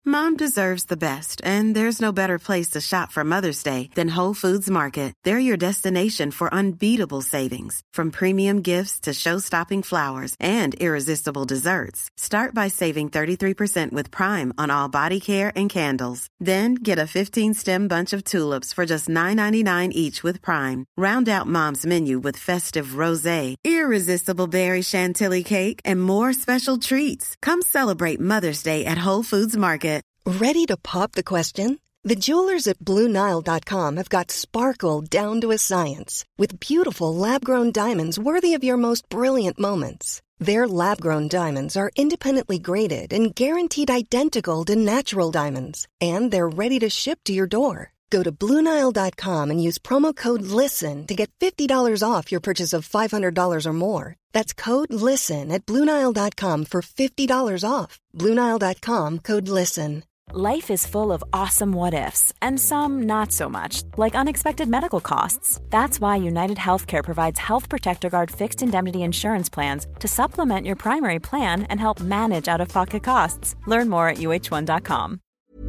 Mom deserves the best, and there's no better place to shop for Mother's Day than Whole Foods Market. They're your destination for unbeatable savings, from premium gifts to show-stopping flowers and irresistible desserts. Start by saving 33% with Prime on all body care and candles. Then get a 15-stem bunch of tulips for just $9.99 each with Prime. Round out Mom's menu with festive rosé, irresistible berry chantilly cake, and more special treats. Come celebrate Mother's Day at Whole Foods Market. Ready to pop the question? The jewelers at BlueNile.com have got sparkle down to a science with beautiful lab-grown diamonds worthy of your most brilliant moments. Their lab-grown diamonds are independently graded and guaranteed identical to natural diamonds, and they're ready to ship to your door. Go to BlueNile.com and use promo code LISTEN to get $50 off your purchase of $500 or more. That's code LISTEN at BlueNile.com for $50 off. BlueNile.com, code LISTEN. Life is full of awesome what-ifs, and some not so much, like unexpected medical costs. That's why United Healthcare provides Health Protector Guard fixed indemnity insurance plans to supplement your primary plan and help manage out-of-pocket costs. Learn more at uh1.com.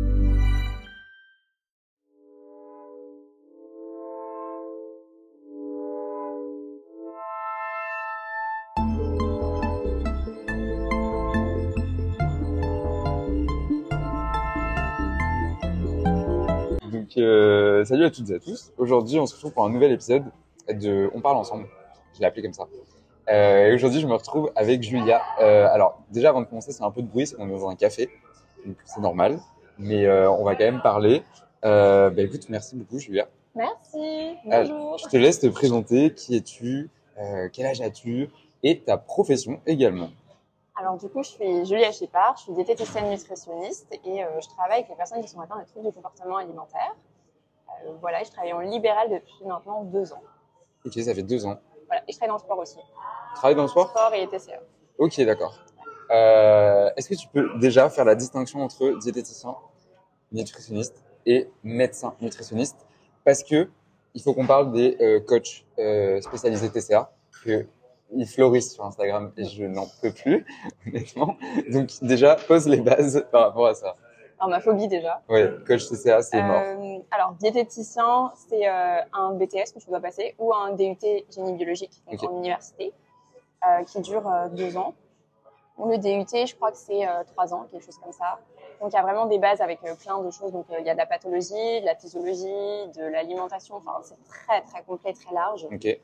Salut à toutes et à tous. Aujourd'hui, on se retrouve pour un nouvel épisode de On parle ensemble. Je l'ai appelé comme ça. Et aujourd'hui, je me retrouve avec Julia. Alors, déjà, avant de commencer, c'est un peu de bruit, c'est qu'on est dans un café, donc c'est normal. Mais on va quand même parler. Écoute, merci beaucoup, Julia. Merci. Bonjour. Je te laisse te présenter. Qui es-tu? Quel âge as-tu? Et ta profession également. Alors du coup, je suis Julia Chipard, je suis diététicienne nutritionniste et je travaille avec les personnes qui sont atteintes de troubles du comportement alimentaire. Voilà, je travaille en libéral depuis maintenant 2 ans. Ok, ça fait 2 ans. Voilà, et je travaille dans le sport aussi. Tu travailles dans le sport? Sport et TCA. Ok, d'accord. Est-ce que tu peux déjà faire la distinction entre diététicien, nutritionniste et médecin nutritionniste? Parce que il faut qu'on parle des coachs spécialisés TCA, ils fleurissent sur Instagram et je n'en peux plus, honnêtement. Donc déjà, pose les bases par rapport à ça. Alors ma phobie déjà. Oui, coach TCA, c'est mort. Alors diététicien, c'est un BTS que tu dois passer ou un DUT génie biologique donc en université qui dure 2 ans. Le DUT, je crois que c'est 3 ans, quelque chose comme ça. Donc il y a vraiment des bases avec plein de choses. Donc il y a de la pathologie, de la physiologie, de l'alimentation. Enfin, c'est très très complet, très large. Ok.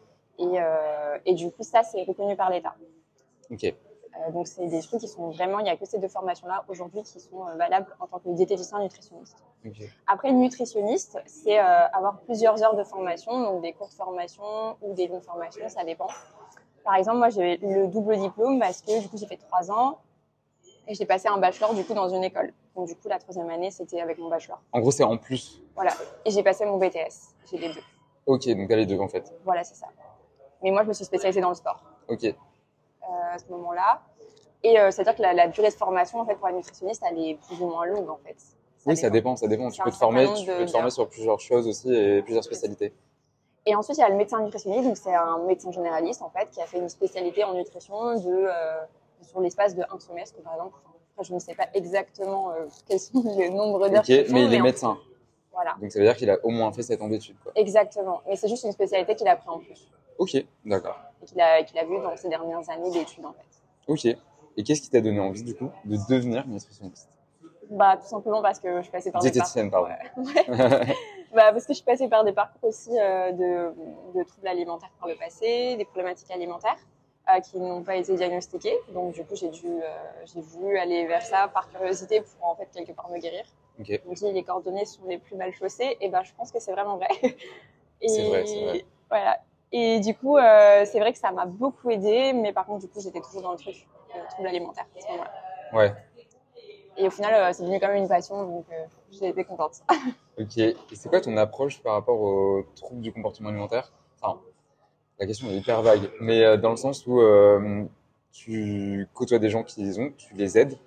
Et du coup, ça, c'est reconnu par l'État. Ok. Donc, c'est des trucs qui sont vraiment... Il n'y a que ces 2 formations-là aujourd'hui qui sont valables en tant que diététicien nutritionniste. Okay. Après, nutritionniste, c'est avoir plusieurs heures de formation, donc des courtes formations ou des longues formations, ça dépend. Par exemple, moi, j'ai le double diplôme parce que du coup, j'ai fait 3 ans et j'ai passé un bachelor du coup dans une école. Donc, du coup, la 3e année, c'était avec mon bachelor. En gros, c'est en plus. Voilà. Et j'ai passé mon BTS. J'ai les 2. Ok, donc t'as les 2 en fait. Voilà, c'est ça. Mais moi, je me suis spécialisée dans le sport. Ok. À ce moment-là. Et c'est-à-dire que la durée de formation, en fait, pour la nutritionniste, elle est plus ou moins longue, en fait. Ça dépend. Tu peux te former sur plusieurs choses aussi et plusieurs spécialités. Et ensuite, il y a le médecin nutritionniste, donc c'est un médecin généraliste, en fait, qui a fait une spécialité en nutrition sur l'espace de 1 semestre, par exemple. Après, je ne sais pas exactement quels sont les nombres d'heures. Ok, mais il est médecin. Voilà. Donc ça veut dire qu'il a au moins fait 7 ans d'études, quoi. Exactement. Mais c'est juste une spécialité qu'il a pris en plus. Ok, d'accord. Et qu'il a vu dans ses dernières années d'études, en fait. Ok. Et qu'est-ce qui t'a donné envie, du coup, de devenir nutritionniste? Tout simplement parce que je suis passée par diététicienne, pardon. Ouais. Parce que je suis passée par des parcours aussi de troubles alimentaires par le passé, des problématiques alimentaires qui n'ont pas été diagnostiquées. Donc, du coup, j'ai voulu aller vers ça par curiosité pour, en fait, quelque part me guérir. Okay. Je me dis, les coordonnées sont les plus mal chaussées. Et je pense que c'est vraiment vrai. C'est vrai. Voilà. Et du coup, c'est vrai que ça m'a beaucoup aidée. Mais par contre, du coup, j'étais toujours dans le truc troubles alimentaires à ce moment-là. Ouais. Et au final, c'est devenu quand même une passion, donc j'ai été contente. Ok. Et c'est quoi ton approche par rapport aux troubles du comportement alimentaire? Enfin, la question est hyper vague, mais dans le sens où tu côtoies des gens qui les ont, tu les aides.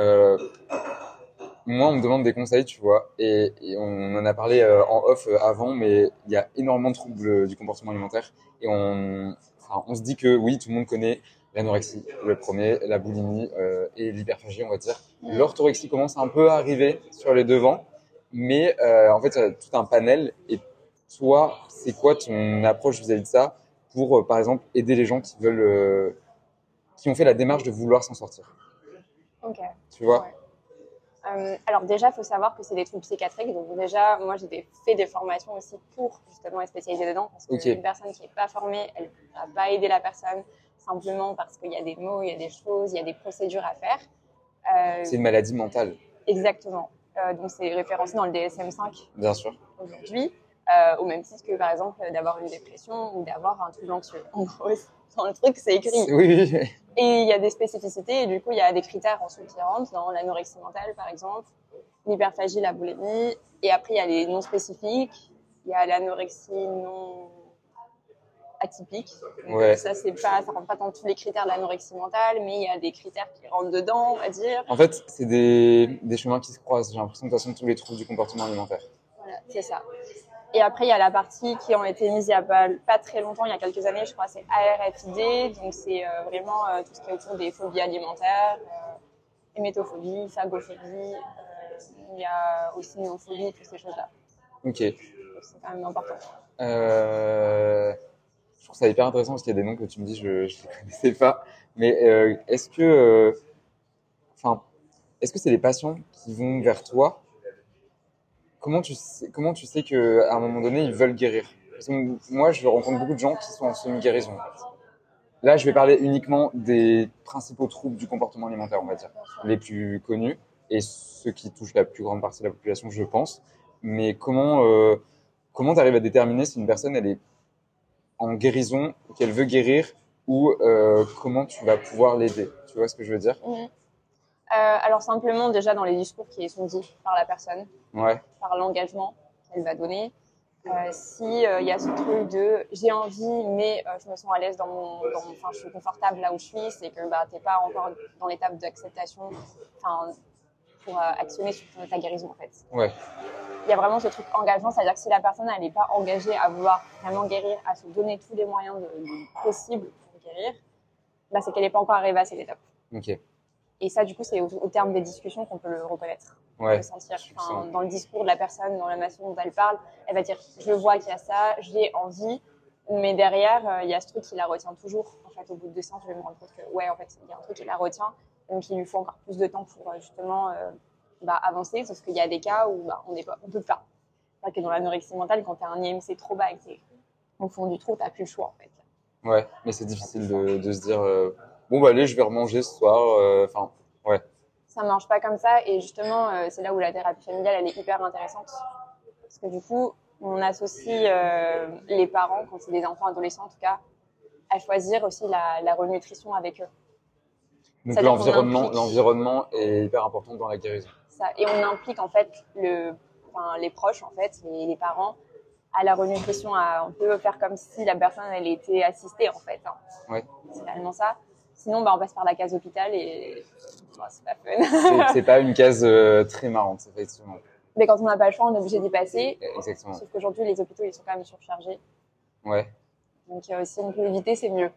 Moi, on me demande des conseils, tu vois, et on en a parlé en off avant, mais il y a énormément de troubles du comportement alimentaire, et on se dit que oui, tout le monde connaît L'anorexie, le premier, la boulimie et l'hyperphagie, on va dire. L'orthorexie commence un peu à arriver sur les devants, mais en fait, il y a tout un panel. Et toi, c'est quoi ton approche vis-à-vis de ça pour, par exemple, aider les gens qui veulent, qui ont fait la démarche de vouloir s'en sortir? Ok. Tu vois? Ouais. Alors déjà, il faut savoir que c'est des troubles psychiatriques. Donc déjà, moi, j'ai fait des formations aussi pour justement être spécialisée dedans. Parce qu'une personne qui n'est pas formée, elle ne va pas aider la personne simplement parce qu'il y a des mots, il y a des choses, il y a des procédures à faire. C'est une maladie mentale. Exactement. Donc c'est référencé dans le DSM-5 Bien sûr. aujourd'hui, au même titre que par exemple d'avoir une dépression ou d'avoir un trouble anxieux. En gros, dans le truc, c'est écrit. Oui. Et il y a des spécificités et du coup, il y a des critères ensuite qui rentrent dans l'anorexie mentale, par exemple, l'hyperphagie, la boulimie. Et après, il y a les non spécifiques. Il y a l'anorexie non atypique. Donc, Ouais. ça rentre pas dans tous les critères de l'anorexie mentale, mais il y a des critères qui rentrent dedans, on va dire. En fait, c'est des chemins qui se croisent. J'ai l'impression de toute façon tous les troubles du comportement alimentaire. Voilà, c'est ça. Et après, il y a la partie qui ont été mise il n'y a pas très longtemps, il y a quelques années, je crois, c'est ARFID. Donc, c'est vraiment tout ce qui est autour des phobies alimentaires, hémétophobie, phagophobie. Il y a aussi néophobie, toutes ces choses-là. Ok. Donc, c'est quand même important. Je trouve ça hyper intéressant parce qu'il y a des noms que tu me dis, je ne les connaissais pas. Mais est-ce que c'est les patients qui vont vers toi? Comment tu sais qu'à un moment donné, ils veulent guérir? Parce que moi, je rencontre beaucoup de gens qui sont en semi-guérison. Là, je vais parler uniquement des principaux troubles du comportement alimentaire, on va dire, les plus connus et ceux qui touchent la plus grande partie de la population, je pense. Mais comment tu arrives à déterminer si une personne elle est en guérison, qu'elle veut guérir, ou comment tu vas pouvoir l'aider? Tu vois ce que je veux dire? Alors simplement déjà dans les discours qui sont dits par la personne, Ouais. par l'engagement qu'elle va donner. Si il y a ce truc de j'ai envie mais je me sens à l'aise je suis confortable là où je suis, c'est que t'es pas encore dans l'étape d'acceptation pour actionner sur ta guérison en fait. Ouais. Il y a vraiment ce truc engagement, c'est-à-dire que si la personne elle n'est pas engagée à vouloir vraiment guérir, à se donner tous les moyens possibles pour guérir, c'est qu'elle n'est pas encore arrivée à cette étape. Ok. Et ça, du coup, c'est au terme des discussions qu'on peut le reconnaître, Ouais, le sentir. Dans le discours de la personne, dans la façon dont elle parle, elle va dire « je vois qu'il y a ça, j'ai envie », mais derrière, il y a ce truc qui la retient toujours. En fait, au bout de 2 séances, je vais me rendre compte que, ouais, en fait, il y a un truc qui la retient, donc il lui faut encore plus de temps pour justement avancer, parce qu'il y a des cas où on peut pas. C'est-à-dire que dans l'anorexie mentale, quand tu as un IMC trop bas et que tu es au fond du trou, tu n'as plus le choix, en fait. Ouais, mais c'est difficile de se dire bon, allez, je vais remanger ce soir. Ouais. Ça ne marche pas comme ça. Et justement, c'est là où la thérapie familiale, elle est hyper intéressante. Parce que du coup, on associe les parents, quand c'est des enfants adolescents en tout cas, à choisir aussi la renutrition avec eux. Donc l'environnement est hyper important dans la guérison. Ça. Et on implique en fait les proches, en fait, les parents, à la renutrition. On peut faire comme si la personne elle était assistée en fait. Ouais. C'est réellement ça. Sinon, on passe par la case hôpital et c'est pas fun. C'est pas une case très marrante, effectivement. Mais quand on n'a pas le choix, on est obligé d'y passer. Exactement. Sauf qu'aujourd'hui, les hôpitaux, ils sont quand même surchargés. Ouais. Donc, si on peut éviter, c'est mieux.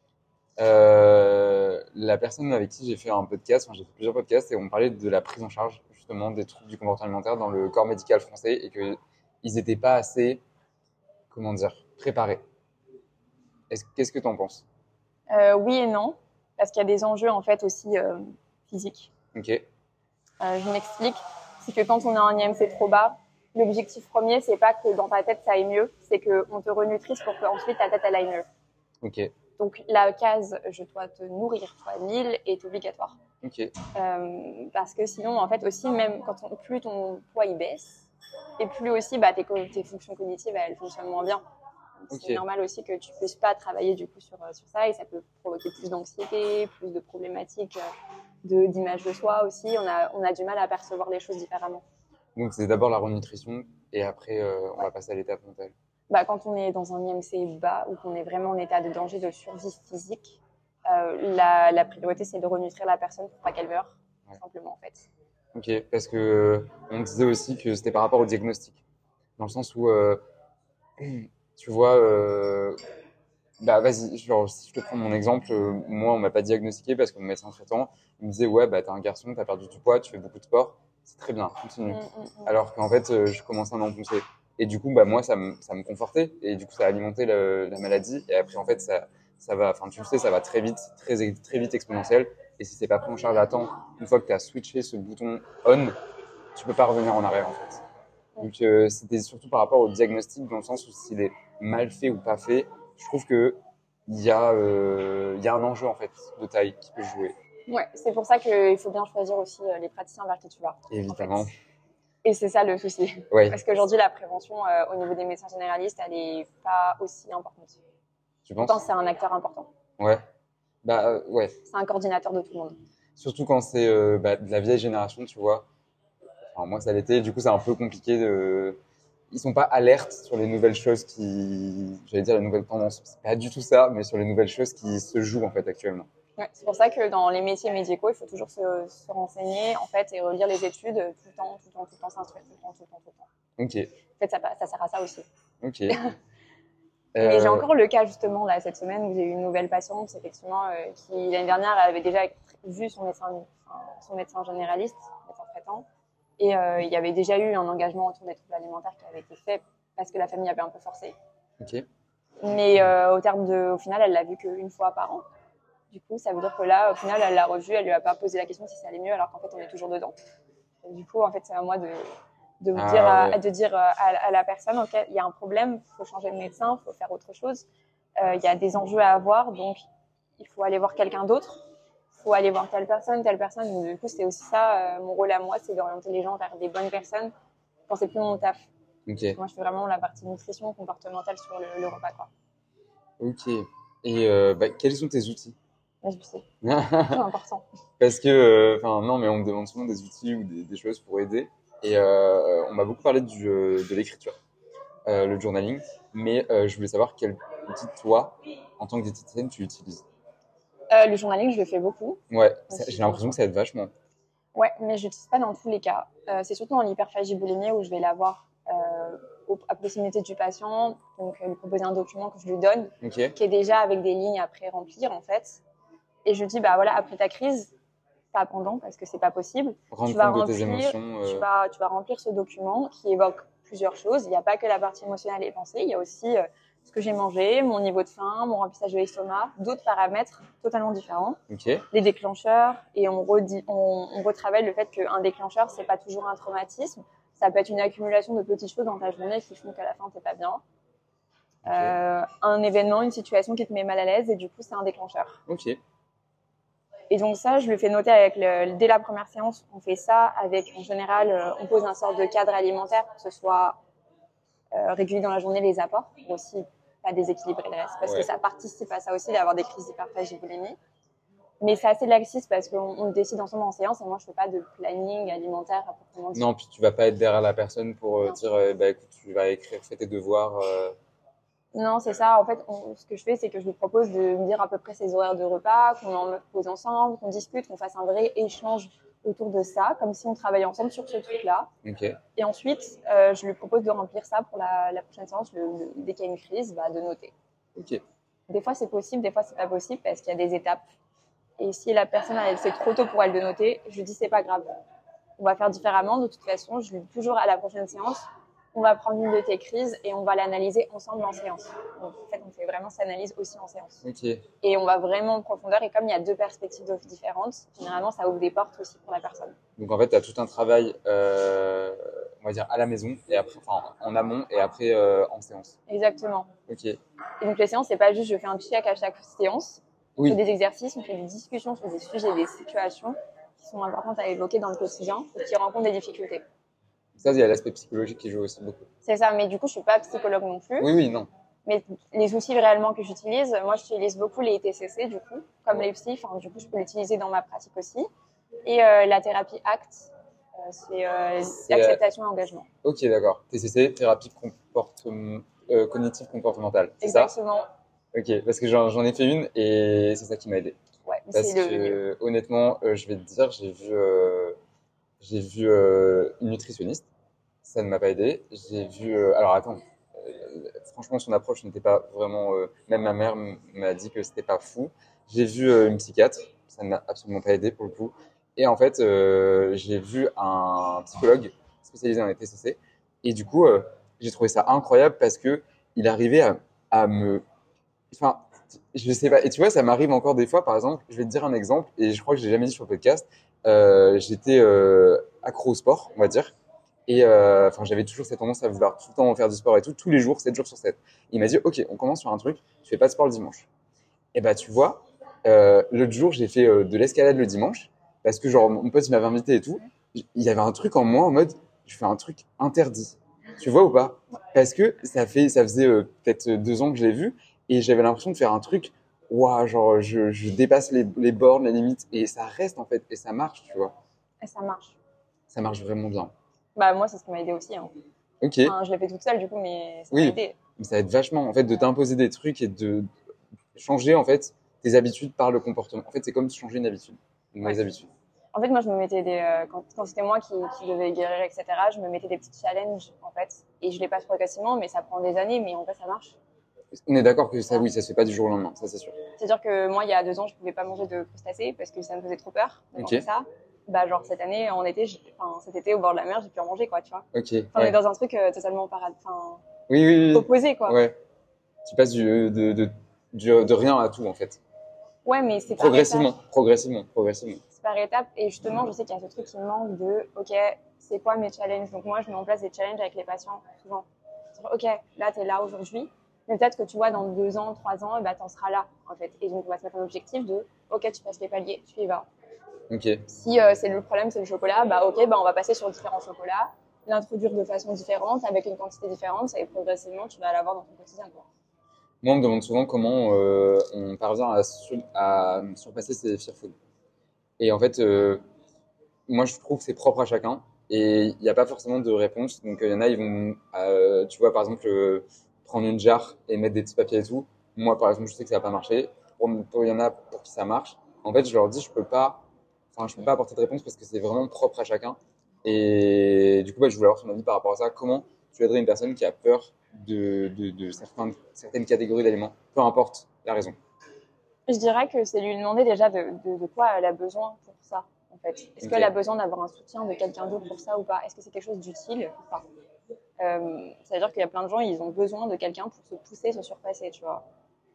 La personne avec qui j'ai fait j'ai fait plusieurs podcasts et on parlait de la prise en charge, justement, des troubles du comportement alimentaire dans le corps médical français et qu'ils n'étaient pas assez, préparés. Qu'est-ce que tu en penses? Oui et non, parce qu'il y a des enjeux, en fait, aussi physiques. Ok. Je m'explique. C'est que quand on a un IMC trop bas, l'objectif premier, c'est pas que dans ta tête, ça aille mieux, c'est qu'on te renutrisse pour qu'ensuite ta tête, elle aille mieux. Ok. Donc, la case « je dois te nourrir, toi, 1000 » est obligatoire. Ok. Parce que sinon, en fait, aussi, même plus ton poids il baisse, et plus aussi tes fonctions cognitives, elles fonctionnent moins bien. Donc, c'est normal aussi que tu ne puisses pas travailler du coup sur ça, et ça peut provoquer plus d'anxiété, plus de problématiques d'image de soi aussi. On a du mal à percevoir les choses différemment. Donc, c'est d'abord la renutrition, et après, on va passer à l'étape mentale. Quand on est dans un IMC bas ou qu'on est vraiment en état de danger de survie physique, la priorité, c'est de renutrir la personne pour pas qu'elle meure, tout simplement, en fait. Ok, parce que on disait aussi que c'était par rapport au diagnostic. Dans le sens où, tu vois, Bah vas-y, genre, si je te prends mon exemple, moi on m'a pas diagnostiqué parce que mon médecin traitant il me disait ouais bah t'as un garçon, t'as perdu du poids, tu fais beaucoup de sport, c'est très bien, continue. Alors qu'en fait je commençais à m'enfoncer. Et du coup bah moi ça me confortait et du coup ça a alimenté la maladie et après en fait ça va, enfin tu le sais ça va très vite, très vite exponentiel et si c'est pas pris en charge à temps, une fois que tu as switché ce bouton on, tu peux pas revenir en arrière en fait. Donc c'était surtout par rapport au diagnostic dans le sens où s'il est mal fait ou pas fait, je trouve que il y a un enjeu en fait de taille qui peut jouer. Ouais, c'est pour ça qu'il faut bien choisir aussi les praticiens vers qui tu vas. Évidemment. En fait. Et c'est ça le souci. Ouais. Parce qu'aujourd'hui, la prévention au niveau des médecins généralistes, elle n'est pas aussi importante. Tu penses? Pourtant, c'est un acteur important. Ouais. Bah ouais. C'est un coordinateur de tout le monde. Surtout quand c'est de la vieille génération, tu vois. Enfin, moi, ça l'était. Du coup, c'est un peu compliqué de. Ils sont pas alertes sur les nouvelles choses j'allais dire les nouvelles tendances. C'est pas du tout ça, mais sur les nouvelles choses qui se jouent en fait actuellement. Ouais, c'est pour ça que dans les métiers médicaux, il faut toujours se renseigner en fait et relire les études tout le temps, s'instruire tout le temps. Ok. En fait, ça sert à ça aussi. Ok. Mais j'ai encore le cas justement là cette semaine où j'ai eu une nouvelle patiente effectivement qui l'année dernière avait déjà vu son médecin généraliste, médecin traitant, et il y avait déjà eu un engagement autour des troubles alimentaires qui avait été fait parce que la famille avait un peu forcé. Ok. Mais au final, elle l'a vu qu'une fois par an. Du coup, ça veut dire que là, au final, elle l'a revu, elle lui a pas posé la question si ça allait mieux, alors qu'en fait, on est toujours dedans. Et du coup, en fait, c'est à moi de dire à la personne, ok, il y a un problème, il faut changer de médecin, il faut faire autre chose. Il y a des enjeux à avoir, donc il faut aller voir quelqu'un d'autre. Il faut aller voir telle personne. Donc, du coup, c'est aussi ça, mon rôle à moi, c'est d'orienter les gens vers des bonnes personnes quand c'est plus mon taf. Ok. Moi, je fais vraiment la partie nutrition comportementale sur le repas, quoi. Ok. Et quels sont tes outils? Mais je sais, c'est important. Parce que, non, mais on me demande souvent des outils ou des choses pour aider. Et on m'a beaucoup parlé de l'écriture, le journaling. Mais je voulais savoir quel outil, toi, en tant que diététicienne, tu utilises. Le journaling, je le fais beaucoup. Ouais, j'ai l'impression que ça aide vachement. Ouais, mais je l'utilise pas dans tous les cas. C'est surtout dans l'hyperphagie boulimie où je vais l'avoir à proximité du patient, donc lui proposer un document que je lui donne, qui est déjà avec des lignes à pré-remplir en fait. Et je dis, bah voilà, après ta crise, pas pendant parce que c'est pas possible, tu vas remplir ce document qui évoque plusieurs choses. Il n'y a pas que la partie émotionnelle et pensée, il y a aussi ce que j'ai mangé, mon niveau de faim, mon remplissage de l'estomac, d'autres paramètres totalement différents, les déclencheurs, et on retravaille le fait qu'un déclencheur, c'est pas toujours un traumatisme, ça peut être une accumulation de petites choses dans ta journée qui font qu'à la fin, t'es pas bien. Un événement, une situation qui te met mal à l'aise, et du coup, c'est un déclencheur. Et donc ça, je le fais noter dès la première séance, on fait ça avec, en général, on pose un sort de cadre alimentaire pour que ce soit régulier dans la journée, les apports, pour aussi pas déséquilibrer le reste, parce que ça participe à ça aussi d'avoir des crises d'hyperphagie boulimie. Mais c'est assez laxiste parce qu'on le décide ensemble en séance et moi je fais pas de planning alimentaire à proprement dit. Non, puis tu vas pas être derrière la personne pour dire écoute, tu vas écrire, fais tes devoirs. Non, c'est ça. En fait, ce que je fais, c'est que je lui propose de me dire à peu près ses horaires de repas, qu'on en pose ensemble, qu'on discute, qu'on fasse un vrai échange autour de ça, comme si on travaillait ensemble sur ce truc-là. Et ensuite, je lui propose de remplir ça pour la prochaine séance, dès qu'il y a une crise, de noter. Des fois, c'est possible, des fois, c'est pas possible parce qu'il y a des étapes. Et si la personne, c'est trop tôt pour elle de noter, je lui dis c'est pas grave. On va faire différemment. De toute façon, je lui dis toujours à la prochaine séance, on va prendre une de tes crises et on va l'analyser ensemble en séance. Donc, en fait, on fait vraiment cette analyse aussi en séance. Et on va vraiment en profondeur. Et comme il y a deux perspectives différentes, généralement, ça ouvre des portes aussi pour la personne. Donc, en fait, tu as tout un travail, on va dire, à la maison, et après, en amont et après en séance. Exactement. Et donc, les séances, c'est pas juste je fais un check à chaque séance. On fait des exercices, on fait des discussions sur des sujets et des situations qui sont importantes à évoquer dans le quotidien et qui rencontrent des difficultés. Ça, il y a l'aspect psychologique qui joue aussi beaucoup. C'est ça, mais du coup, je suis pas psychologue non plus. Oui, non. Mais les outils réellement que j'utilise, moi, j'utilise beaucoup les TCC, du coup, comme les psy. Enfin, du coup, je peux l'utiliser dans ma pratique aussi. Et la thérapie ACT, c'est acceptation et engagement. Ok, d'accord. TCC, thérapie cognitive comportementale. Exactement. Ok, parce que j'en ai fait une et c'est ça qui m'a aidé. Ouais, parce que honnêtement, je vais te dire, j'ai vu une nutritionniste, ça ne m'a pas aidé. J'ai vu, alors attends, franchement, son approche n'était pas vraiment. Même ma mère m'a dit que c'était pas fou. J'ai vu une psychiatre, ça ne m'a absolument pas aidé pour le coup. Et en fait, j'ai vu un psychologue spécialisé en TCC. Et du coup, j'ai trouvé ça incroyable parce que il arrivait à me. Enfin, je sais pas. Et tu vois, ça m'arrive encore des fois, par exemple, je vais te dire un exemple, et je crois que je l'ai jamais dit sur le podcast. J'étais accro au sport, on va dire. Et enfin, j'avais toujours cette tendance à vouloir tout le temps faire du sport et tout, tous les jours, 7 jours sur 7. Il m'a dit, OK, on commence sur un truc, tu fais pas de sport le dimanche. Et bah, tu vois, l'autre jour, j'ai fait de l'escalade le dimanche, parce que genre, mon pote, il m'avait invité et tout. Il y avait un truc en moi en mode, je fais un truc interdit. Tu vois ou pas? Parce que ça faisait peut-être 2 ans que je l'ai vu, et j'avais l'impression de faire un truc, waouh, genre, je dépasse les bornes, les limites, et ça reste en fait, et ça marche, tu vois. Et ça marche. Ça marche vraiment bien. Bah, moi, c'est ce qui m'a aidé aussi. Hein. Ok. Enfin, je l'ai fait toute seule, du coup, mais ça m'a Oui, aidé. mais ça aide vachement, en fait, de t'imposer des trucs et de changer, en fait, tes habitudes par le comportement. En fait, c'est comme changer une habitude, une mauvaise habitude. En fait, moi, je me mettais quand c'était moi qui devais guérir, etc., je me mettais des petits challenges, en fait. Et je les passe progressivement, mais ça prend des années, mais en fait, ça marche. On est d'accord que ça, oui, ça se fait pas du jour au lendemain, ça c'est sûr. C'est-à-dire que moi, il y a 2 ans, je pouvais pas manger de crustacés parce que ça me faisait trop peur de manger ça. Bah, genre, cette année, en été, cet été, au bord de la mer, j'ai pu en manger, quoi, tu vois. Ok. On est dans un truc totalement oui. opposé, quoi. Ouais. Tu passes de rien à tout, en fait. Ouais, mais c'est progressivement. C'est par étapes. Et justement, je sais qu'il y a ce truc qui me manque de, OK, c'est quoi mes challenges? Donc moi, je mets en place des challenges avec les patients, souvent. OK, là, tu es là aujourd'hui. Mais peut-être que tu vois, dans 2 ans, 3 ans, bah, tu en seras là, en fait. Et donc, on va se mettre un objectif de, OK, tu passes les paliers, tu y vas. Ok. Si c'est le problème, c'est le chocolat, bah, OK, bah, on va passer sur différents chocolats, l'introduire de façon différente, avec une quantité différente, et progressivement, tu vas l'avoir dans ton quotidien, quoi. Moi, on me demande souvent comment on parvient à surpasser ces fear food. Et en fait, moi, je trouve que c'est propre à chacun. Et il n'y a pas forcément de réponse. Donc, il y en a, ils vont, tu vois, par exemple, prendre une jarre et mettre des petits papiers et tout. Moi, par exemple, je sais que ça va pas marcher. Il y en a pour qui ça marche. En fait, je leur dis, je peux pas apporter de réponse parce que c'est vraiment propre à chacun. Et du coup, je voulais avoir ton avis par rapport à ça. Comment tu aiderais une personne qui a peur de certaines catégories d'aliments, peu importe la raison? Je dirais que c'est lui demander déjà de quoi elle a besoin pour ça, en fait. Est-ce qu'elle a besoin d'avoir un soutien de quelqu'un d'autre pour ça ou pas? Est-ce que c'est quelque chose d'utile ou pas? C'est-à-dire qu'il y a plein de gens, ils ont besoin de quelqu'un pour se pousser, se surpasser, tu vois.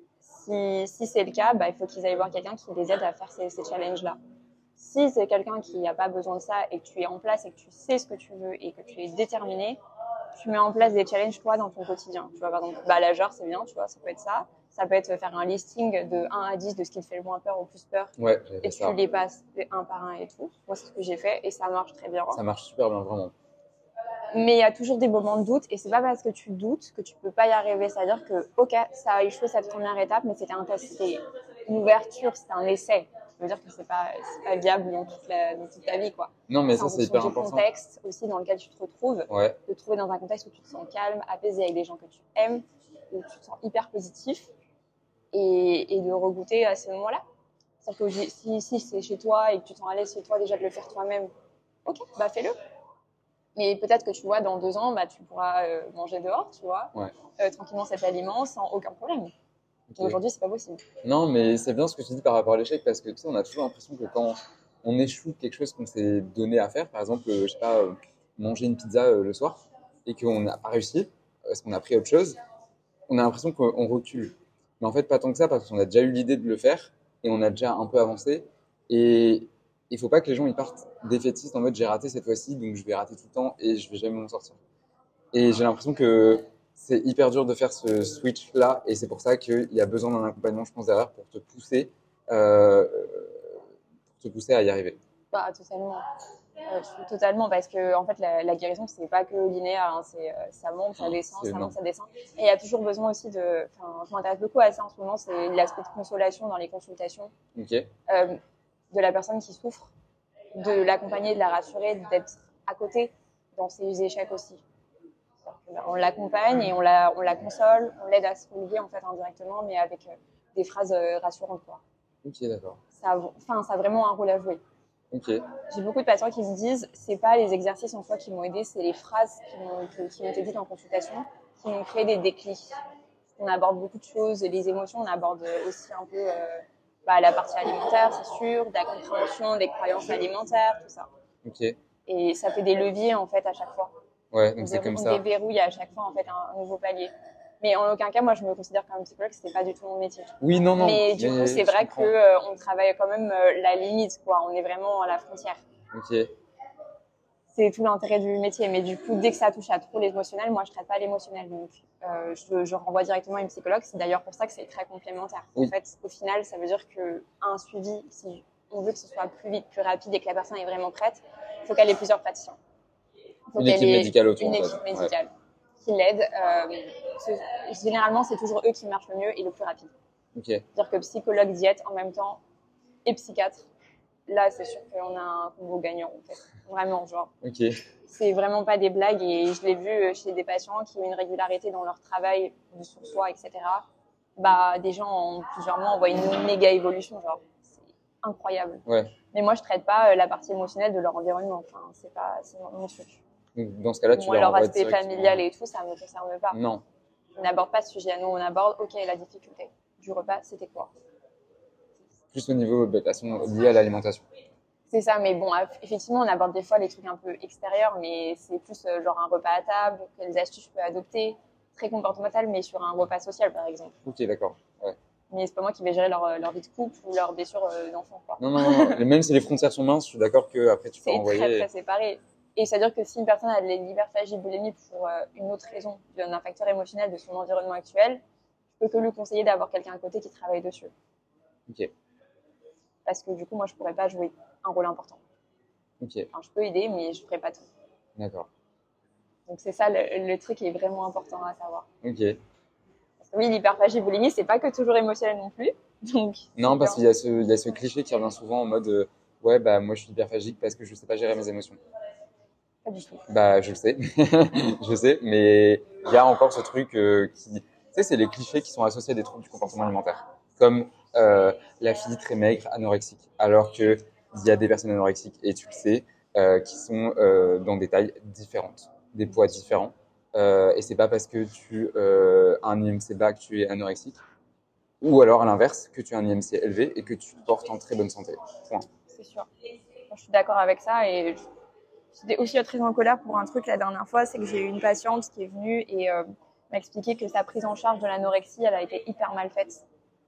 Si c'est le cas, bah, il faut qu'ils aillent voir quelqu'un qui les aide à faire ces challenges-là. Si c'est quelqu'un qui n'a pas besoin de ça et que tu es en place et que tu sais ce que tu veux et que tu es déterminé, tu mets en place des challenges, toi, dans ton quotidien. Tu vois, par exemple, la jarre, c'est bien, tu vois, ça peut être ça. Ça peut être faire un listing de 1 à 10 de ce qui te fait le moins peur ou plus peur. Ouais, et tu les passes un par un et tout. Moi, c'est ce que j'ai fait et ça marche très bien. Ça marche super bien, vraiment. Mais il y a toujours des moments de doute et c'est pas parce que tu doutes que tu peux pas y arriver. C'est-à-dire que, OK, ça a échoué cette première étape, mais c'était un test, c'était une ouverture, c'était un essai. Ça veut dire que c'est pas viable dans toute ta vie, quoi. Non, mais ça, c'est hyper important. C'est un contexte aussi dans lequel tu te retrouves. Ouais. De te trouver dans un contexte où tu te sens calme, apaisé avec des gens que tu aimes, où tu te sens hyper positif et de regoûter à ces moments-là. C'est-à-dire que si c'est chez toi et que tu t'en allais chez toi déjà de le faire toi-même, OK, bah fais-le. Mais peut-être que tu vois, dans 2 ans, bah, tu pourras manger dehors, tu vois, tranquillement cet aliment sans aucun problème. Okay. Aujourd'hui, c'est pas possible. Non, mais c'est bien ce que tu dis par rapport à l'échec parce que tu sais, on a toujours l'impression que quand on échoue quelque chose qu'on s'est donné à faire, par exemple, je sais pas, manger une pizza le soir et qu'on n'a pas réussi parce qu'on a pris autre chose, on a l'impression qu'on recule. Mais en fait, pas tant que ça parce qu'on a déjà eu l'idée de le faire et on a déjà un peu avancé. Et il faut pas que les gens ils partent défaitistes en mode j'ai raté cette fois-ci, donc je vais rater tout le temps et je vais jamais m'en sortir. Et j'ai l'impression que c'est hyper dur de faire ce switch-là et c'est pour ça qu'il y a besoin d'un accompagnement, je pense, derrière pour te pousser à y arriver. Bah, totalement, parce que en fait, la guérison, c'est pas que linéaire, hein, ça monte, ça descend, ça monte, ça descend. Et il y a toujours besoin aussi je m'intéresse beaucoup à ça en ce moment, c'est l'aspect de consolation dans les consultations. Okay. De la personne qui souffre, de l'accompagner, de la rassurer, d'être à côté dans ses échecs aussi. On l'accompagne et on la console, on l'aide à se relever en fait indirectement, mais avec des phrases rassurantes, quoi. Ok, d'accord. Ça a vraiment un rôle à jouer. Okay. J'ai beaucoup de patients qui me disent c'est pas les exercices en soi qui m'ont aidé, c'est les phrases qui m'ont été dites en consultation qui m'ont créé des déclics. On aborde beaucoup de choses, les émotions, on aborde aussi un peu la partie alimentaire, c'est sûr, de la compréhension des croyances alimentaires, tout ça. Ok. Et ça fait des leviers en fait à chaque fois. Ouais, donc c'est comme On ça. déverrouille à chaque fois en fait un nouveau palier. Mais en aucun cas, moi, je me considère comme psychologue, c'était pas du tout mon métier. Oui, non. Mais du coup, c'est vrai qu'on travaille quand même la limite, quoi. On est vraiment à la frontière. Ok. C'est tout l'intérêt du métier. Mais du coup, dès que ça touche à trop l'émotionnel, moi, je traite pas l'émotionnel. Donc, je renvoie directement à une psychologue. C'est d'ailleurs pour ça que c'est très complémentaire. Oui. En fait, au final, ça veut dire qu'un suivi, si on veut que ce soit plus vite, plus rapide et que la personne est vraiment prête, il faut qu'elle ait plusieurs praticiens. Une équipe médicale autour. Une équipe médicale qui l'aide. Généralement, c'est toujours eux qui marchent le mieux et le plus rapide. Ok. C'est-à-dire que psychologue, diète en même temps et psychiatre, là, c'est sûr qu'on a un combo gagnant, en fait. Vraiment, genre. Ok. C'est vraiment pas des blagues et je l'ai vu chez des patients qui ont une régularité dans leur travail sur soi, etc. Des gens en plusieurs mois, on voit une méga évolution, genre. C'est incroyable. Ouais. Mais moi, je traite pas la partie émotionnelle de leur environnement. Enfin, c'est mon truc. Donc, dans ce cas-là, tu moi, leur aspect directement... familial et tout, ça me concerne pas. Non. On n'aborde pas ce sujet. Nous, on aborde, ok, la difficulté du repas, c'était quoi? Plus au niveau, de toute façon, lié à l'alimentation. C'est ça, mais bon, effectivement, on aborde des fois les trucs un peu extérieurs, mais c'est plus genre un repas à table, quelles astuces je peux adopter, très comportemental, mais sur un repas social, par exemple. Ok, d'accord. Ouais. Mais c'est pas moi qui vais gérer leur vie de couple ou leurs blessures d'enfant, quoi. Non. Même si les frontières sont minces, je suis d'accord qu'après, tu peux envoyer... C'est très séparé. Et c'est-à-dire que si une personne a de l'hyperphagie boulimie pour une autre raison, d'un facteur émotionnel de son environnement actuel, je peux que lui conseiller d'avoir quelqu'un à côté qui travaille dessus. Ok. Parce que du coup, moi, je pourrais pas jouer un rôle important. Ok. Enfin, je peux aider, mais je ferai pas tout. D'accord. Donc c'est ça, le truc est vraiment important à savoir. Ok. Parce que oui, l'hyperphagie boulimie, c'est pas que toujours émotionnel non plus. Donc, non, parce qu'il y a ce cliché qui revient souvent en mode ouais, moi je suis hyperphagique parce que je sais pas gérer mes émotions. Pas du tout. Je le sais. Je sais, mais il y a encore ce truc qui... Tu sais, c'est les clichés qui sont associés à des troubles du comportement alimentaire. Comme la fille très maigre, anorexique. Alors qu'il y a des personnes anorexiques, et tu le sais, qui sont dans des tailles différentes, des poids différents. Et c'est pas parce que tu as un IMC bas que tu es anorexique. Ou alors, à l'inverse, que tu as un IMC élevé et que tu te portes en très bonne santé. Point. C'est sûr. Moi, je suis d'accord avec ça. Et j'étais aussi très en colère pour un truc la dernière fois. C'est que j'ai eu une patiente qui est venue et m'a expliqué que sa prise en charge de l'anorexie, elle a été hyper mal faite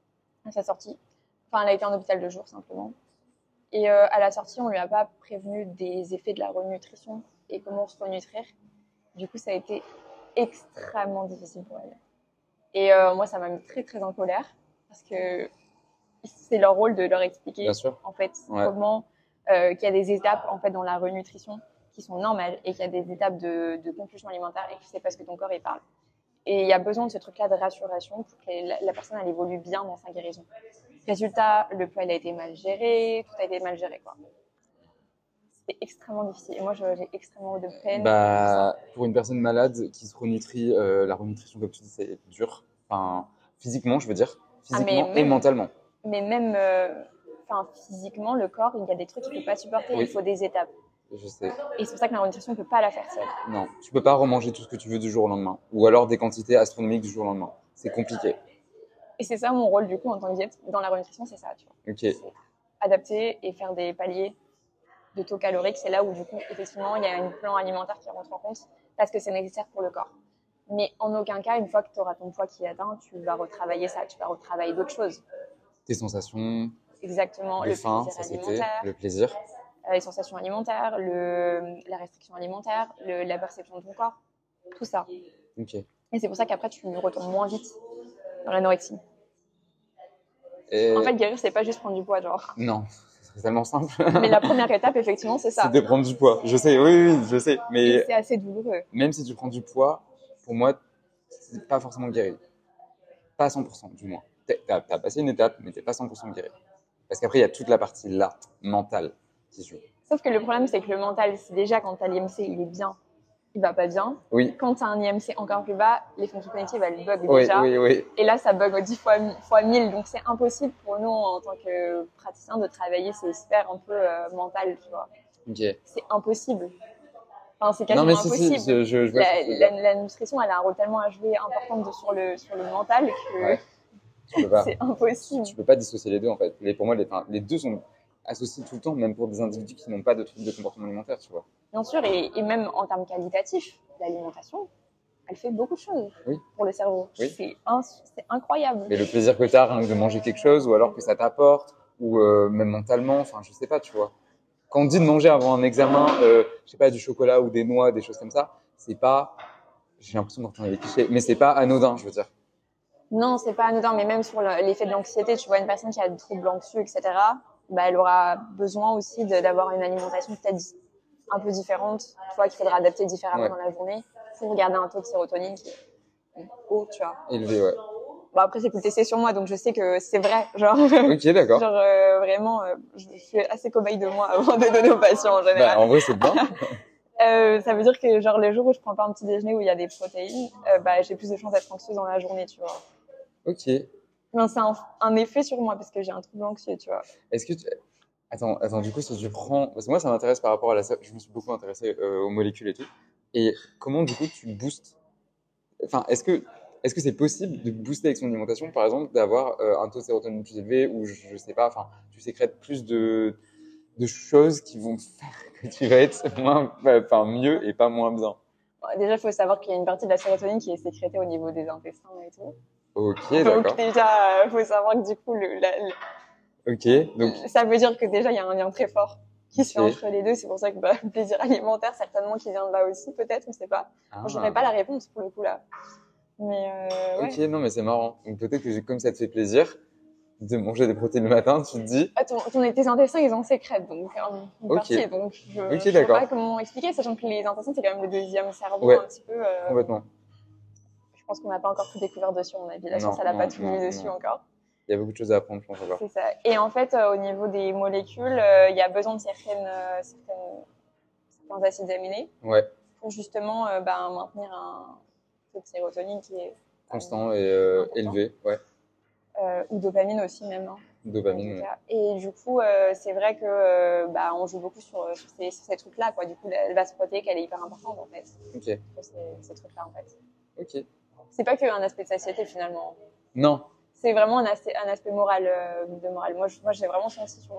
à sa sortie. Enfin, elle a été en hôpital de jour, simplement. Et à la sortie, on lui a pas prévenu des effets de la renutrition et comment se renutrir. Du coup, ça a été extrêmement difficile pour elle. Et moi, ça m'a mis très, très en colère parce que c'est leur rôle de leur expliquer, en fait, comment qu'il y a des étapes en fait dans la renutrition qui sont normales et qu'il y a des étapes de compulsion alimentaire et que c'est parce que ton corps il parle. Et il y a besoin de ce truc-là de rassuration pour que la personne elle évolue bien dans sa guérison. Résultat, le poids il a été mal géré, tout a été mal géré, quoi. C'était extrêmement difficile. Et moi, j'ai extrêmement de peine. Pour une personne malade qui se renutrit, la renutrition, comme tu dis, c'est dur. Enfin, physiquement, je veux dire. Physiquement et mentalement. Mais même physiquement, le corps, il y a des trucs qu'il ne peut pas supporter. Oui. Il faut des étapes. Je sais. Et c'est pour ça que la renutrition ne peut pas la faire seule. Non, tu ne peux pas remanger tout ce que tu veux du jour au lendemain. Ou alors des quantités astronomiques du jour au lendemain. C'est compliqué. Et c'est ça mon rôle, du coup, en tant que diète. Dans la renutrition, c'est ça, tu vois. Ok. C'est adapter et faire des paliers de taux calorique. C'est là où, du coup, effectivement, il y a un plan alimentaire qui rentre en compte parce que c'est nécessaire pour le corps. Mais en aucun cas, une fois que tu auras ton poids qui est atteint, tu vas retravailler ça. Tu vas retravailler d'autres choses. Tes sensations. Exactement. Le faim, satiété, le plaisir. Les sensations alimentaires, la restriction alimentaire, la perception de ton corps. Tout ça. Ok. Et c'est pour ça qu'après, tu retournes moins vite dans l'anorexie. Et... En fait, guérir, c'est pas juste prendre du poids, genre. Non, c'est tellement simple. Mais la première étape, effectivement, c'est ça. C'est de prendre du poids. Je sais, oui, je sais. Mais et c'est assez douloureux. Même si tu prends du poids, pour moi, c'est pas forcément guéri. Pas à 100%, du moins. T'as passé une étape, mais t'es pas 100% guéri. Parce qu'après, il y a toute la partie là, mentale, qui joue. Sauf que le problème, c'est que le mental, c'est déjà quand t'as l'IMC, il est bien. Il va pas bien. Oui. Quand tu as un IMC encore plus bas, les fonctions cognitives, elles bug oui, déjà. Oui. Et là, ça bug 10 fois 1000. Donc, c'est impossible pour nous, en tant que praticiens, de travailler ces sphères un peu mentales, tu vois. Ok. C'est impossible. Enfin, c'est Non, quasiment mais si, impossible. je vois ce que tu veux dire. La nutrition, elle a un rôle tellement à jouer important sur le mental que Ouais, tu peux pas. c'est impossible. Tu peux pas dissocier les deux, en fait. Pour moi, les deux sont associés tout le temps, même pour des individus qui n'ont pas de troubles de comportement alimentaire, tu vois. Bien sûr, et même en termes qualitatifs, l'alimentation, elle fait beaucoup de choses Oui. pour le cerveau. Oui. C'est incroyable. Mais le plaisir que tu as rien que de manger quelque chose, ou alors que ça t'apporte, ou même mentalement, enfin, je sais pas, tu vois. Quand on dit de manger avant un examen, je sais pas, du chocolat ou des noix, des choses comme ça, c'est pas, j'ai l'impression d'entendre les clichés, mais c'est pas anodin, je veux dire. Non, c'est pas anodin, mais même sur l'effet de l'anxiété, tu vois, une personne qui a des troubles anxieux, etc., bah, elle aura besoin aussi d'avoir une alimentation peut-être un peu différente, tu vois, qu'il faudra adapter différemment Ouais. dans la journée pour garder un taux de sérotonine qui est haut, tu vois. Élevé, ouais. Bon, après, c'est tout testé sur moi, donc je sais que c'est vrai, genre. Ok, d'accord. Genre, vraiment, je suis assez cobaye de moi avant de donner aux patients en général. Bah, en vrai, c'est bien. Ça veut dire que, genre, les jours où je prends pas un petit déjeuner où il y a des protéines, bah, j'ai plus de chances d'être anxieuse dans la journée, tu vois. Ok. Non, c'est un effet sur moi parce que j'ai un trouble anxieux, tu vois. Est-ce que tu... Attends, du coup, si tu prends... Parce que moi, ça m'intéresse par rapport à la... Je me suis beaucoup intéressé aux molécules et tout. Et comment, du coup, tu boostes... Enfin, est-ce que c'est possible de booster avec son alimentation, par exemple, d'avoir un taux de sérotonine plus élevé ou je sais pas, enfin, tu sécrètes plus de choses qui vont faire que tu vas être mieux et pas moins bien. Déjà, il faut savoir qu'il y a une partie de la sérotonine qui est sécrétée au niveau des intestins et tout. Ok, Donc d'accord. déjà, il faut savoir que du coup, Ok, donc... ça veut dire que déjà, il y a un lien très fort qui se fait Ok. entre les deux. C'est pour ça que le plaisir alimentaire, certainement, qui vient de là aussi, peut-être, on ne sait pas. Moi, je n'aurais pas la réponse pour le coup là. Mais ouais. Ok, non, mais c'est marrant. Donc peut-être que comme ça te fait plaisir de manger des protéines le matin, tu te dis... Ah, tes intestins, ils en sécrètent, donc une Ok. partie. Donc je Ok, ne sais d'accord. pas comment expliquer, sachant que les intestins, c'est quand même le deuxième cerveau Ouais. un petit peu. Complètement. Je pense qu'on n'a pas encore tout découvert dessus, à mon avis. La science, Non, elle n'a pas non, tout non, vu dessus non. encore. Il y a beaucoup de choses à apprendre, je pense encore. C'est ça. Et en fait, au niveau des molécules, il y a besoin de certains acides aminés Ouais, pour justement maintenir un taux de sérotonine qui est constant et important. élevé, ouais. Ou dopamine aussi même. Hein, Dopamine, ouais. et du coup, c'est vrai que on joue beaucoup sur ces trucs-là, quoi. Du coup, elle va se protéger, qu'elle est hyper importante en fait. Ok, Sur ces trucs-là en fait. ok. C'est pas qu'un aspect de satiété finalement. Non, C'est vraiment un aspect moral, de morale. Moi, j'ai vraiment senti sur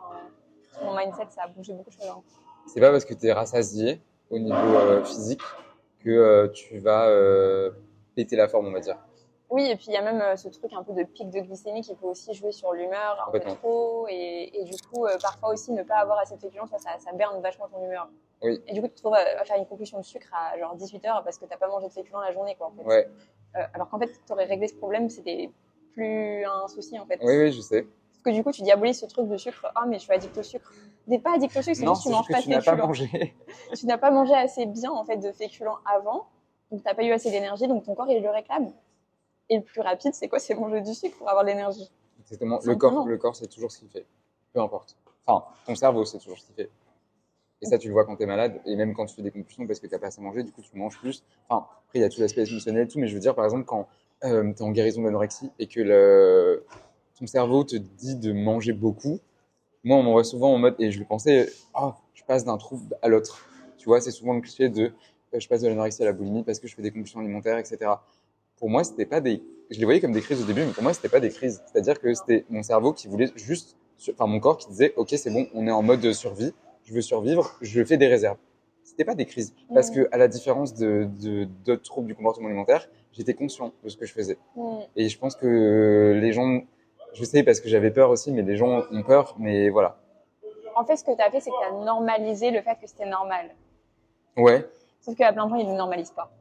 mon mindset, ça a bougé beaucoup de choses. Hein. c'est pas parce que tu es rassasié au niveau physique que tu vas péter la forme, on va dire. Oui, et puis il y a même ce truc un peu de pic de glycémie qui peut aussi jouer sur l'humeur un peu Complètement. trop. Et du coup, parfois aussi, ne pas avoir assez de féculents, ça berne vachement ton humeur. Oui. Et du coup, tu te trouves à faire une compulsion de sucre à genre 18h parce que t'as pas mangé de féculents la journée, quoi, en fait. Ouais, Alors qu'en fait, tu aurais réglé ce problème, c'était plus un souci, en fait. oui, je sais. Parce que du coup, tu diabolises ce truc de sucre. Ah, mais je suis addict au sucre. T'es pas addict au sucre, c'est Non, juste que tu c'est manges juste pas que de tu n'as pas féculents. mangé. Tu n'as pas mangé assez bien, en fait, de féculents avant. Donc, t'as pas eu assez d'énergie, donc ton corps, il le réclame. Et le plus rapide, c'est quoi? C'est manger du sucre pour avoir de l'énergie. Exactement. Simplement. Le corps, c'est toujours ce qu'il fait. Peu importe. Enfin, ton cerveau, c'est toujours ce qu'il fait. Et ça, tu le vois quand tu es malade, et même quand tu fais des compulsions parce que tu n'as pas assez mangé, du coup, tu manges plus. Enfin, après, il y a tout l'aspect émotionnel et tout, mais je veux dire, par exemple, quand tu es en guérison d'anorexie et que ton cerveau te dit de manger beaucoup, moi, on m'envoie souvent en mode, et je le pensais, oh, je passe d'un trouble à l'autre. Tu vois, c'est souvent le cliché de je passe de l'anorexie à la boulimie parce que je fais des compulsions alimentaires, etc. Pour moi, c'était pas des. Je les voyais comme des crises au début, mais pour moi, c'était pas des crises. C'est-à-dire que c'était mon cerveau qui voulait juste. Enfin, mon corps qui disait ok, c'est bon, on est en mode survie, je veux survivre, je fais des réserves. C'était pas des crises. Parce que, à la différence d'autres troubles du comportement alimentaire, j'étais conscient de ce que je faisais. Et je pense que les gens. Je sais parce que j'avais peur aussi, mais les gens ont peur, mais voilà. En fait, ce que tu as fait, c'est que tu as normalisé le fait que c'était normal. Ouais, Sauf qu'il y a plein de gens, ils ne normalisent pas.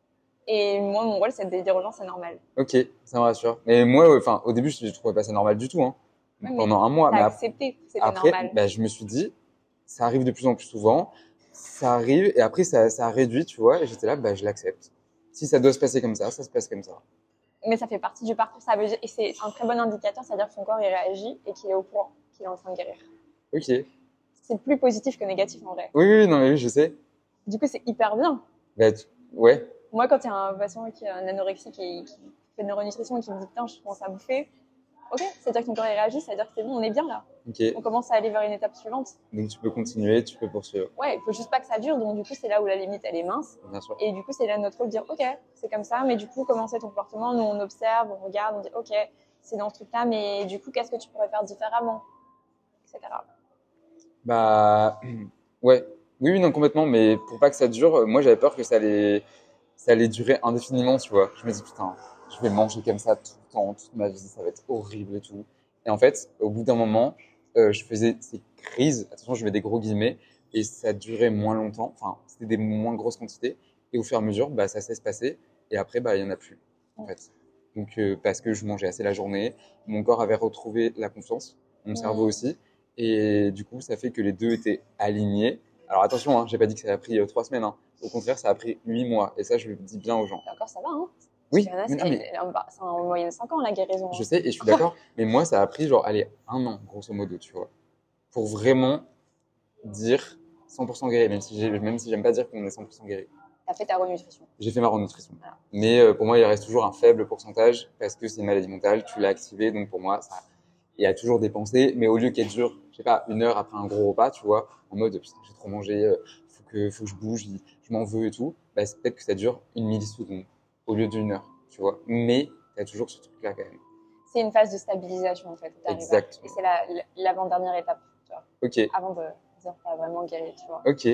Et moi, mon rôle, c'est de dire aux gens, c'est normal. ok, ça me rassure. Mais moi, enfin, au début, je trouvais pas ça normal du tout, hein. Ouais, Pendant un mois. T'as Mais accepté que c'était après, normal. bah, je me suis dit, ça arrive de plus en plus souvent, ça arrive, et après, ça a réduit, tu vois, et j'étais là, bah, je l'accepte. Si ça doit se passer comme ça se passe comme ça. Mais ça fait partie du parcours. Ça veut dire, et c'est un très bon indicateur, c'est-à-dire que son corps, il réagit et qu'il est au courant qu'il est en train de guérir. Ok. Oui, C'est plus positif que négatif, en vrai. oui, non, mais oui, je sais. Du coup, c'est hyper bien. Bah, ouais, Moi, quand il y a un patient qui a une anorexie, qui fait de neuronutrition et qui me dit, putain, je commence à bouffer, ok, c'est-à-dire que ton corps il réagit, c'est-à-dire que c'est bon, on est bien là. Ok. On commence à aller vers une étape suivante. Donc tu peux continuer, tu peux poursuivre. Ouais, il faut juste pas que ça dure, donc du coup, c'est là où la limite, elle est mince. Bien sûr. Et du coup, c'est là notre rôle de dire, ok, c'est comme ça, mais du coup, comment c'est ton comportement? Nous, on observe, on regarde, on dit, ok, c'est dans ce truc-là, mais du coup, qu'est-ce que tu pourrais faire différemment? Etc. Bah, ouais. Oui, non, complètement. Mais pour pas que ça dure, moi, j'avais peur que ça allait durer indéfiniment, tu vois. Je me dis, putain, je vais manger comme ça tout le temps, toute ma vie, ça va être horrible et tout. Et en fait, au bout d'un moment, je faisais ces crises, attention, je mets des gros guillemets, et ça durait moins longtemps. Enfin, c'était des moins grosses quantités. Et au fur et à mesure, bah, ça cesse passer. Et après, bah, il y en a plus, en fait. Donc, parce que je mangeais assez la journée, mon corps avait retrouvé la confiance, mon cerveau aussi. Et du coup, ça fait que les deux étaient alignés. Alors attention, hein, j'ai pas dit que ça a pris 3 semaines. Hein. Au contraire, ça a pris 8 mois. Et ça, je le dis bien aux gens. Et encore, ça va, hein? Oui, Parce qu'il y en a, mais non, mais c'est en moyenne 5 ans, la guérison. je sais et je suis d'accord. Mais moi, ça a pris genre, allez, 1 an, grosso modo, tu vois. Pour vraiment dire 100% guéri, même si j'aime pas dire qu'on est 100% guéri. T'as fait ta renutrition. J'ai fait ma renutrition. Voilà. Mais pour moi, il reste toujours un faible pourcentage parce que c'est une maladie mentale, tu l'as activé. Donc pour moi, ça, il y a toujours des pensées. Mais au lieu qu'elles durent, je sais pas, 1 heure après un gros repas, tu vois, en mode, putain, j'ai trop mangé, faut que je bouge, je m'en veux et tout, bah, c'est peut-être que ça dure 1 milliseconde au lieu d'1 heure, tu vois. Mais tu as toujours ce truc-là quand même. C'est une phase de stabilisation, en fait. Exactement. Et c'est l'avant-dernière étape, tu vois. Ok, Avant de dire que t'as vraiment guéri, tu vois. ok.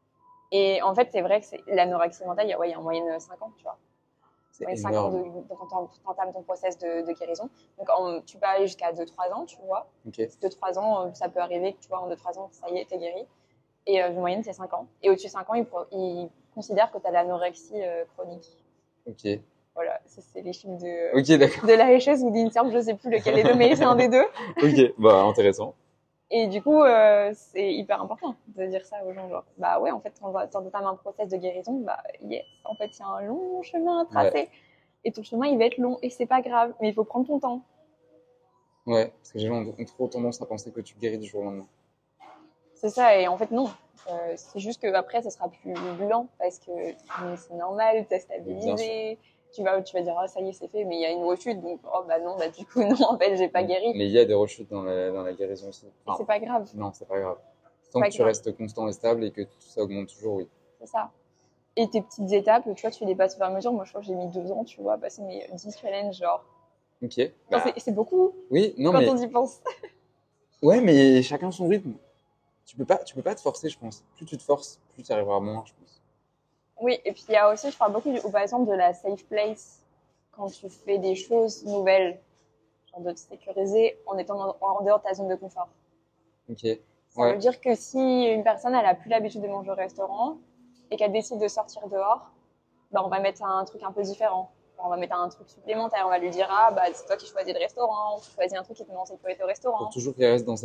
Et en fait, c'est vrai que l'anorexie mentale, il y a en moyenne 5 ans, tu vois. C'est Ouais, 5 ans énorme. quand tu entames ton process de guérison. Donc, tu peux aller jusqu'à 2-3 ans, tu vois. Ok, 2-3 ans, ça peut arriver que tu vois, en 2-3 ans, ça y est, t'es guéri. Et en moyenne, c'est 5 ans. Et au-dessus de 5 ans, ils considèrent que tu as l'anorexie chronique. ok. Voilà, ça, c'est les chiffres de, Ok, d'accord. de l'AHS ou d'INSERM, je sais plus lequel des deux, mais c'est un des deux. Ok, bah intéressant. Et du coup, c'est hyper important de dire ça aux gens. Genre, bah ouais, en fait, quand tu entames un process de guérison, bah yes, en fait, il y a un long chemin à tracer. Ouais. Et ton chemin, il va être long et c'est pas grave, mais il faut prendre ton temps. Ouais, parce que les gens ont trop tendance à penser que tu guéris du jour au lendemain. C'est ça, et en fait, non. C'est juste qu'après, ça sera plus lent parce que c'est normal, t'as stabilisé. Tu vas dire, ah, ça y est, c'est fait, mais il y a une rechute, donc, oh bah non, bah du coup, non, en fait, j'ai pas guéri. Mais il y a des rechutes dans la guérison aussi. Et Enfin, c'est pas grave. non, c'est pas grave. C'est Tant pas que tu grave. restes constant et stable et que tout ça augmente toujours, oui. C'est ça. Et tes petites étapes, tu vois, tu les passes au fur et à mesure. Moi, je crois que j'ai mis 2 ans, tu vois, à passer mes 10 challenges, genre. Ok. Enfin, Bah, c'est beaucoup oui, non, quand mais on y pense. ouais, mais chacun son rythme. Tu peux pas te forcer, je pense. Plus tu te forces, plus tu arriveras à moins, je pense. Oui, et puis il y a aussi, je parle beaucoup, par exemple, de la safe place. Quand tu fais des choses nouvelles, genre de te sécuriser en étant en dehors de ta zone de confort. Ok. Ça Ouais. veut dire que si une personne, elle a plus l'habitude de manger au restaurant et qu'elle décide de sortir dehors, bah, on va mettre un truc un peu différent. On va mettre un truc supplémentaire. On va lui dire, ah, bah, c'est toi qui choisis le restaurant, ou tu choisis un truc qui te met en sécurité au Pour restaurant. toujours qu'elle reste dans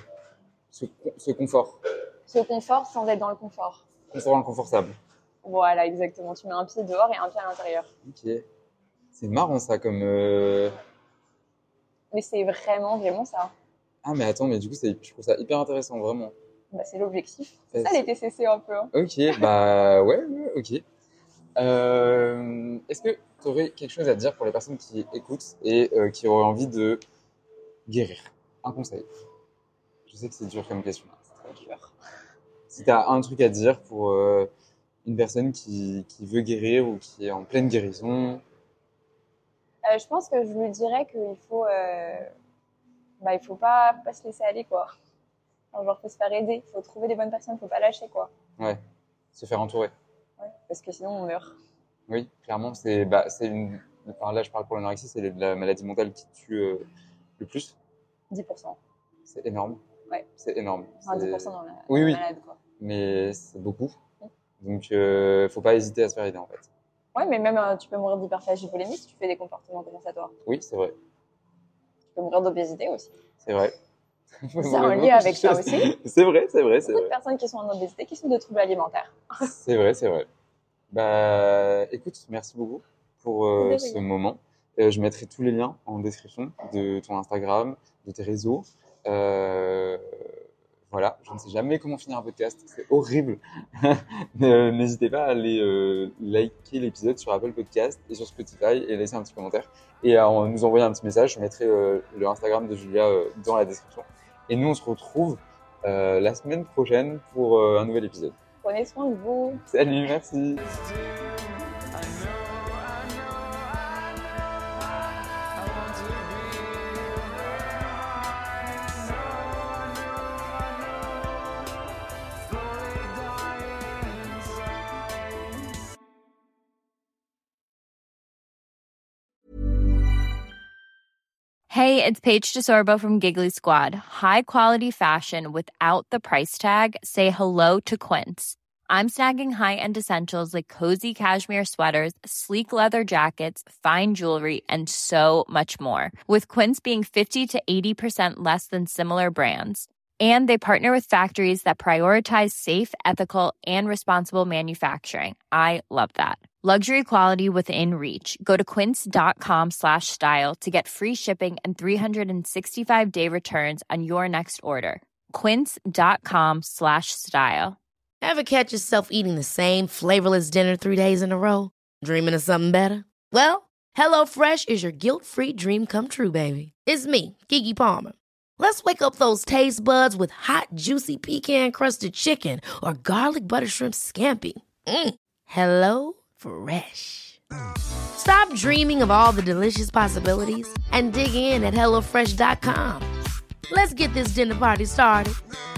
ce confort. Ce confort sans être dans le confort. Confort inconfortable. Voilà, exactement. Tu mets un pied dehors et un pied à l'intérieur. Ok. C'est marrant ça comme. Mais c'est vraiment, vraiment ça. Ah, mais attends, mais du coup, je trouve ça hyper intéressant, vraiment. Bah, c'est l'objectif. C'est Bah, ça les TCC un peu. Hein. Ok, bah ouais, ok. Est-ce que tu aurais quelque chose à dire pour les personnes qui écoutent et qui auraient envie de guérir? Un conseil. Je sais que c'est dur comme question. C'est très dur. Si tu as un truc à dire pour une personne qui veut guérir ou qui est en pleine guérison. Je pense que je lui dirais qu'il faut, il faut pas se laisser aller, quoi. Enfin, genre, faut se faire aider, faut trouver des bonnes personnes, faut pas lâcher, quoi. Ouais, se faire entourer. Ouais, parce que sinon, on meurt. Oui, clairement, c'est une. Enfin, là, je parle pour l'anorexie, c'est la maladie mentale qui tue le plus. 10%. C'est énorme. Ouais. C'est énorme. Enfin, 10% dans la Oui, oui. malade, quoi. Mais c'est beaucoup. Donc, faut pas hésiter à se faire aider, en fait. Ouais, mais même, tu peux mourir d'hyperphagie boulimique si tu fais des comportements compensatoires. Oui, c'est vrai. Tu peux mourir d'obésité aussi. C'est vrai. C'est un lien avec ça aussi. C'est vrai. Beaucoup de personnes qui sont en obésité qui sont de troubles alimentaires. C'est vrai. Bah, écoute, merci beaucoup pour ce moment. Je mettrai tous les liens en description de ton Instagram, de tes réseaux. Voilà, je ne sais jamais comment finir un podcast, c'est horrible. N'hésitez pas à aller liker l'épisode sur Apple Podcast et sur Spotify et laisser un petit commentaire et à nous envoyer un petit message. Je mettrai le Instagram de Julia dans la description. Et nous, on se retrouve la semaine prochaine pour un nouvel épisode. Prenez soin de vous. Salut, merci. Hey, it's Paige DeSorbo from Giggly Squad. High quality fashion without the price tag. Say hello to Quince. I'm snagging high-end essentials like cozy cashmere sweaters, sleek leather jackets, fine jewelry, and so much more. With Quince being 50 to 80% less than similar brands. And they partner with factories that prioritize safe, ethical, and responsible manufacturing. I love that. Luxury quality within reach. Go to quince.com/style to get free shipping and 365-day returns on your next order. Quince.com/style. Ever catch yourself eating the same flavorless dinner 3 days in a row? Dreaming of something better? Well, HelloFresh is your guilt-free dream come true, baby. It's me, Keke Palmer. Let's wake up those taste buds with hot, juicy pecan-crusted chicken or garlic butter shrimp scampi. Hello Fresh. Stop dreaming of all the delicious possibilities and dig in at HelloFresh.com. Let's get this dinner party started.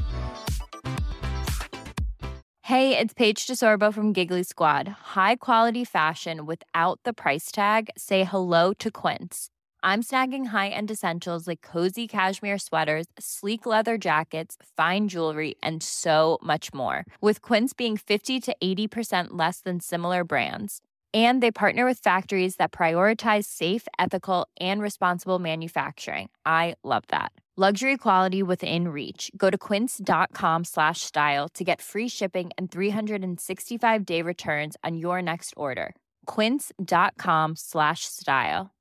Hey, it's Paige DeSorbo from Giggly Squad. High quality fashion without the price tag. Say hello to Quince. I'm snagging high-end essentials like cozy cashmere sweaters, sleek leather jackets, fine jewelry, and so much more. With Quince being 50 to 80% less than similar brands. And they partner with factories that prioritize safe, ethical, and responsible manufacturing. I love that. Luxury quality within reach. Go to quince.com/style to get free shipping and 365-day returns on your next order. Quince.com/style.